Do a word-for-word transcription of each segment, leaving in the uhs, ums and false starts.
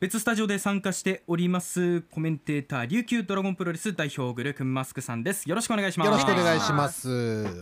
別スタジオで参加しておりますコメンテーター琉球ドラゴンプロレス代表グルクンマスクさんです。よろしくお願いします。 よろしくお願いします。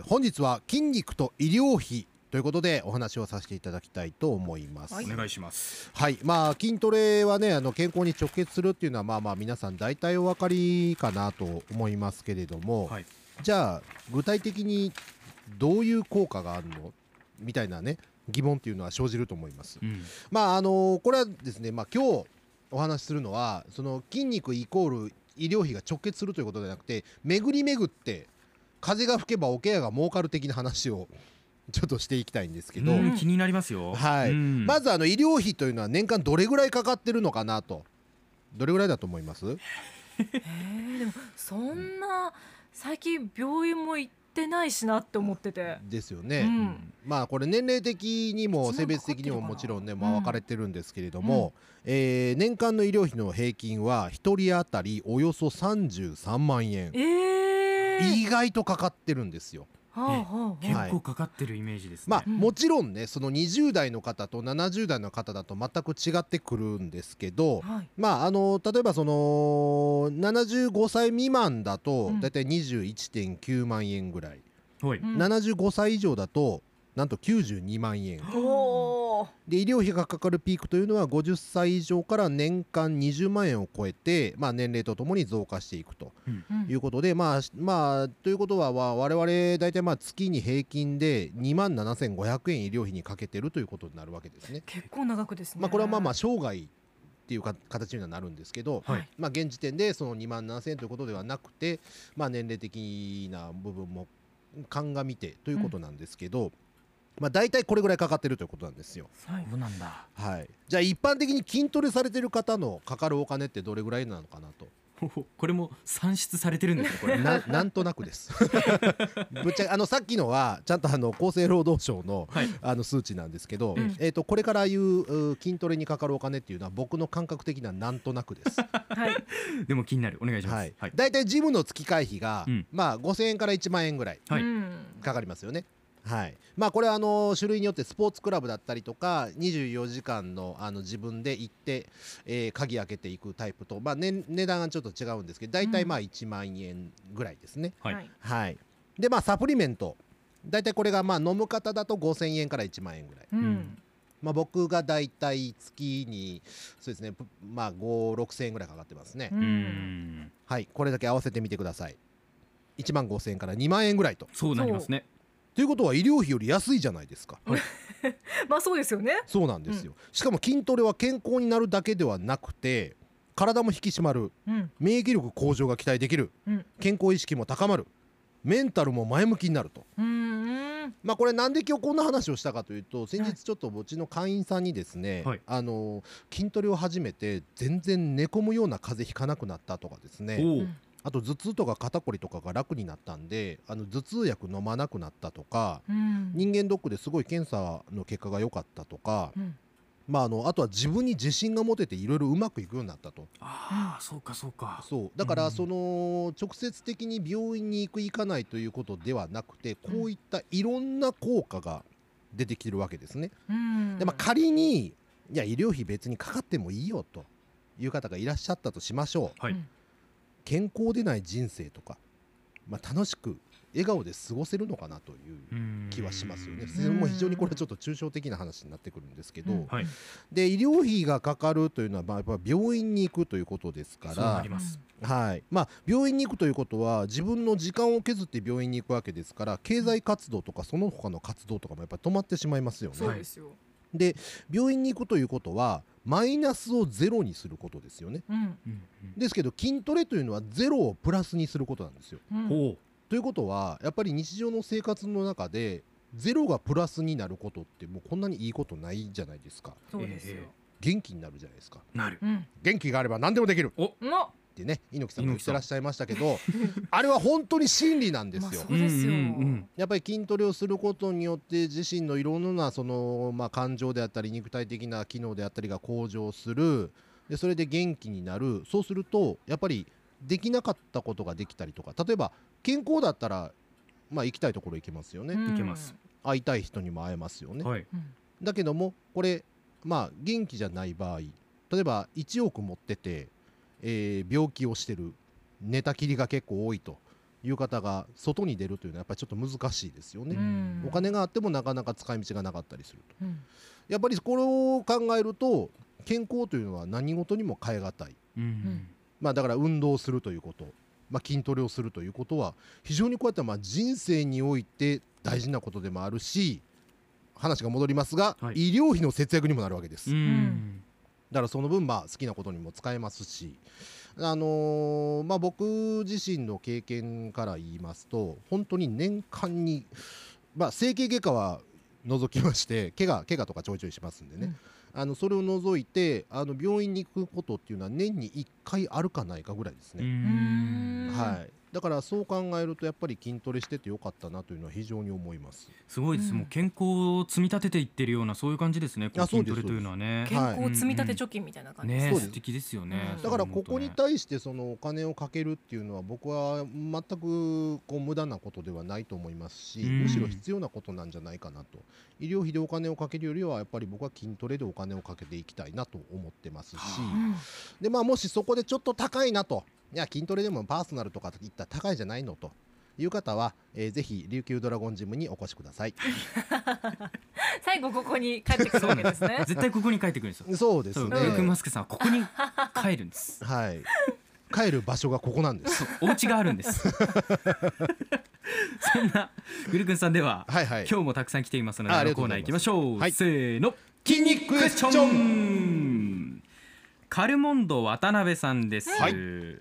本日は筋肉と医療費ということでお話をさせていただきたいと思います。 はい、お願いします。 はい、まあ筋トレはね、あの健康に直結するっていうのはまあまあ皆さん大体お分かりかなと思いますけれども、はい、じゃあ具体的にどういう効果があるのみたいなね疑問っていうのは生じると思います。うん、まああのこれはですね、まあ今日お話しするのはその筋肉イコール医療費が直結するということではなくて、巡り巡って風が吹けば桶屋が儲かる的な話をちょっとしていきたいんですけど、 気になりますよ。 はい、まずあの医療費というのは年間どれぐらいかかってるのかなと。どれぐらいだと思います？ えー、でもそんな最近病院も行ってないしなって思っててですよね。 うん、 まあこれ年齢的にも性別的にももちろんね、まあ、分かれてるんですけれども、うんえー、年間の医療費の平均はひとり当たりおよそさんじゅうさんまんえん、 えー、 意外とかかってるんですよ。 はあはあ、結構かかってるイメージですね。 まあ、もちろんねそのにじゅう代の方とななじゅう代の方だと全く違ってくるんですけど、はい、まああの例えばそのななじゅうごさい未満だとだいたい にじゅういってんきゅうまんえんぐらい、うん、ななじゅうごさい以上だとなんときゅうじゅうにまんえん、で医療費がかかるピークというのはごじゅっさい以上から年間にじゅうまんえんを超えて、まあ、年齢とともに増加していくということで、うん、まあまあということは我々大体まあ月に平均でにまんななせんごひゃくえん医療費にかけてるということになるわけですね。 結構長くですね。 まあこれはまあまあ生涯っていうか形にはなるんですけど、はい、まあ現時点でそのにまんななせんえんということではなくて、まあ、年齢的な部分も鑑みてということなんですけど、うんまあ、大体これぐらいかかってるということなんですよ。 そうなんだ。 はい、じゃあ一般的に筋トレされてる方のかかるお金ってどれぐらいなのかなと。 これも算出されてるんですかこれ。 な, なんとなくですぶっちゃけあのさっきのはちゃんとあの厚生労働省 の,、はい、あの数値なんですけど、うんえー、とこれから言う筋トレにかかるお金っていうのは僕の感覚的ななんとなくです、 はい、でも気になるお願いします。はいはい、だいたいジムの月会費が、うんまあ、ごせんえんからいちまんえんぐらいかかりますよね。はいまあ、これはあの種類によってスポーツクラブだったりとかにじゅうよじかん の, あの自分で行って、えー、鍵開けていくタイプと、まあね、値段がちょっと違うんですけどだいたいまあいちまんえんぐらいですね。はいはい、でまあサプリメントだいたいこれがまあ飲む方だとごせんえんからいちまんえんぐらい、うんまあ、僕がだいたい月にそうですね、まあ、ご、ろくせんえんぐらいかかってますね。うんはいこれだけ合わせてみてください。いちまんごせんえんからにまんえんぐらいとそうなりますね。 ということは医療費より安いじゃないですか。 まあそうですよね。 そうなんですよ、うん、しかも筋トレは健康になるだけではなくて体も引き締まる、うん、免疫力向上が期待できる、うん、健康意識も高まるメンタルも前向きになると。うんまあこれなんで今日こんな話をしたかというと先日ちょっとうちの会員さんにですね、はい、あの筋トレを始めて全然寝込むような風邪ひかなくなったとかですね、あと頭痛とか肩こりとかが楽になったんであの頭痛薬飲まなくなったとか、うん、人間ドックですごい検査の結果が良かったとか、うんまあ、あのあとは自分に自信が持てていろいろうまくいくようになったと。 ああそうかそうか。 そうだからその直接的に病院に行く行かないということではなくてこういったいろんな効果が出てきてるわけですね。うん、でまあ、仮にいや医療費別にかかってもいいよという方がいらっしゃったとしましょう。はい健康でない人生とか、まあ、楽しく笑顔で過ごせるのかなという気はしますよね。それも非常にこれはちょっと抽象的な話になってくるんですけど、はい、で医療費がかかるというのはまあやっぱ病院に行くということですから、はいまあ、病院に行くということは自分の時間を削って病院に行くわけですから経済活動とかその他の活動とかもやっぱり止まってしまいますよね。 そうですよ。 で病院に行くということはマイナスをゼロにすることですよね、うん、ですけど筋トレというのはゼロをプラスにすることなんですよ、うん、ということはやっぱり日常の生活の中でゼロがプラスになることってもうこんなにいいことないじゃないですか。 そうですよ、えー、 元気になるじゃないですか。 なる、 うん、 元気があれば何でもできるおってね猪木さんも言ってらっしゃいましたけどあれは本当に真理なんですよ。 まあ、そうですよ、うんうん、 やっぱり筋トレをすることによって自身のいろんなその、まあ、感情であったり肉体的な機能であったりが向上する。でそれで元気になる。そうするとやっぱりできなかったことができたりとか例えば健康だったら、まあ、行きたいところ行けますよね。 行けます。 会いたい人にも会えますよね、 はい、 だけどもこれ、まあ、元気じゃない場合例えばいちおく持ってて、えー病気をしてる、寝たきりが結構多いという方が外に出るというのはやっぱりちょっと難しいですよね。 うんお金があってもなかなか使い道がなかったりすると、 うんやっぱりこれを考えると健康というのは何事にも変え難い、 うんまあ、だから運動するということ、まあ、筋トレをするということは非常にこうやってまあ人生において大事なことでもあるし、話が戻りますが、 はい医療費の節約にもなるわけです。 うんだからその分まあ好きなことにも使えますし、あのーまあ、僕自身の経験から言いますと本当に年間に、まあ、整形外科は除きまして怪我怪我とかちょいちょいしますんでね、あのそれを除いてあの病院に行くことっていうのは年にいっかいあるかないかぐらいですうね、 んはい、だからそう考えるとやっぱり筋トレしててよかったなというのは非常に思います。 すごいです、 うんもう健康を積み立てていってるようなそういう感じですね、こうあそうです筋トレというのはね。 健康積み立て貯金みたいな感じですねそうです素敵ですよね、 うんだからここにそう対してそのお金をかけるっていうのは僕は全くこう無駄なことではないと思いますし、 うんむしろ必要なことなんじゃないかなと。医療費でお金をかけるよりはやっぱり僕は筋トレでお金をかけていきたいなと思ってますし、 はでまあもしそこでちょっと高いなと、いや筋トレでもパーソナルとかいったら高いじゃないのという方は、えーぜひ琉球ドラゴンジムにお越しください。 最後ここに帰ってくるわけですね。 絶対ここに帰ってくるんですよ。 そうですねそうルークマスクさんはここに帰るんですはい帰る場所がここなんですお家があるんですそんなグルクンさんでは、 はいはい今日もたくさん来ていますので、 ああありがとうございますのコーナー行きましょう、 はいせーの筋肉クエスチョンカルモンド渡辺さんです、 はい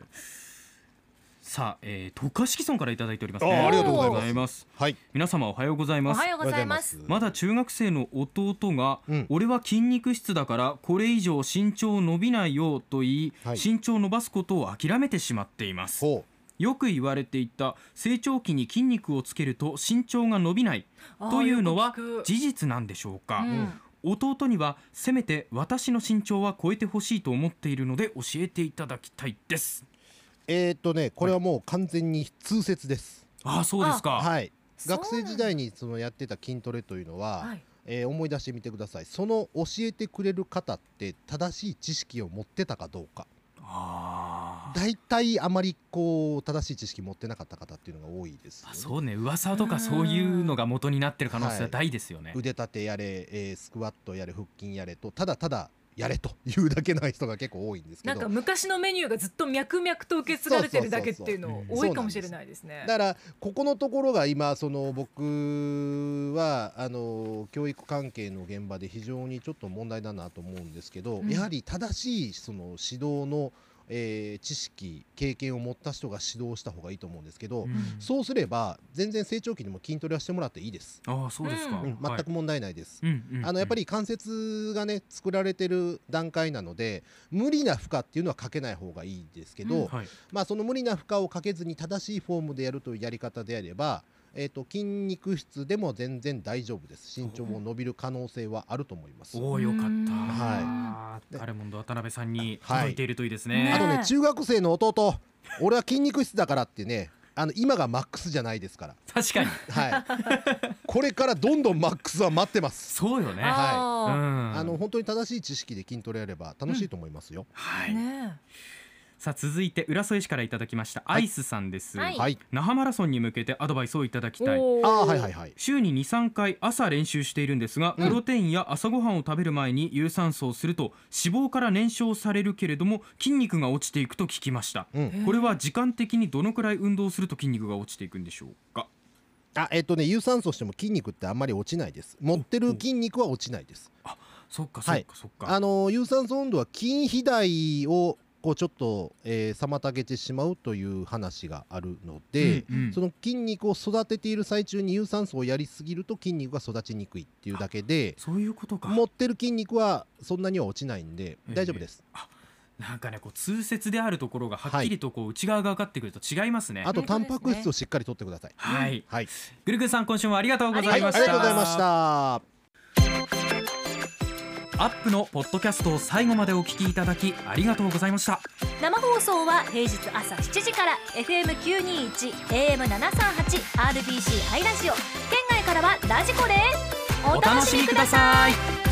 さあ、えー、渡嘉敷村からいただいておりますね。 あありがとうございますありがとうございます。 はい皆様おはようございます。 おはようございます。 まだ中学生の弟が、 うん俺は筋肉質だからこれ以上身長伸びないよと言い、 はい身長を伸ばすことを諦めてしまっています。 ほよく言われていた成長期に筋肉をつけると身長が伸びないというのはあーよく聞く事実なんでしょうか。 うん弟にはせめて私の身長は超えてほしいと思っているので教えていただきたいです。 うえー、っとねこれはもう完全に通説です。 ああそうですか。 はいそうなんだ学生時代にそのやってた筋トレというのは、 はいえー思い出してみてください。その教えてくれる方って正しい知識を持ってたかどうか、 あー大体あまりこう正しい知識持ってなかった方っていうのが多いですよね、 あそうね噂とかそういうのが元になってる可能性は大ですよね。 腕立てやれ、えースクワットやれ腹筋やれとただただやれというだけの人が結構多いんですけど、 なんか昔のメニューがずっと脈々と受け継がれてるだけっていうの多いかもしれないですね。 だからここのところが今その僕はあの教育関係の現場で非常にちょっと問題だなと思うんですけど、 うんやはり正しいその指導の、えー知識経験を持った人が指導した方がいいと思うんですけど、 うんそうすれば全然成長期にも筋トレはしてもらっていいです、 ああそうですか。 うんうん全く問題ないです、 はいうんうんうんあのやっぱり関節がね作られてる段階なので無理な負荷っていうのはかけない方がいいですけど、 うんはいまあ、その無理な負荷をかけずに正しいフォームでやるというやり方であれば、えー、と筋肉質でも全然大丈夫です。身長も伸びる可能性はあると思います。 おおよかった。 はカルモンド渡辺さんにはい届いているといいですねね。 あとねね中学生の弟俺は筋肉質だからってねあの今がマックスじゃないですから、 確かにはい、これからどんどんマックスは待ってます。 そうよね。 はあうんあの本当に正しい知識で筋トレやれば楽しいと思いますよ。 はい。 ーねさあ続いて浦添市からいただきましたアイスさんです。 はいはい。 那覇マラソンに向けてアドバイスをいただきたい。 おーあーはいはいはい。 週に にさんかい朝練習しているんですが、 うんプロテインや朝ごはんを食べる前に有酸素をすると脂肪から燃焼されるけれども筋肉が落ちていくと聞きました。 うん。 これは時間的にどのくらい運動すると筋肉が落ちていくんでしょうか。 あえっとね有酸素しても筋肉ってあんまり落ちないです。持ってる筋肉は落ちないです。 そっかそはいっかそっか。 あの有酸素運動は筋肥大をこうちょっと、えー妨げてしまうという話があるので、 うんうんその筋肉を育てている最中に有酸素をやりすぎると筋肉が育ちにくいっていうだけでそういうことか。 持ってる筋肉はそんなには落ちないんで大丈夫です。 なんかねこう通説であるところがはっきりとこう内側が分かってくると違いますね。 あとタン本当ですねパク質をしっかりとってください。 はい。 はい、 ぐるぐるさん今週もありがとうござはいい、あました。 りがとうございました。 アップのポッドキャストを最後までお聞きいただきありがとうございました。 生放送は平日朝しちじから エフエムきゅうにいち エーエムななさんはち アールビーシー ハイラジオ県外からはラジコです。 お楽しみください。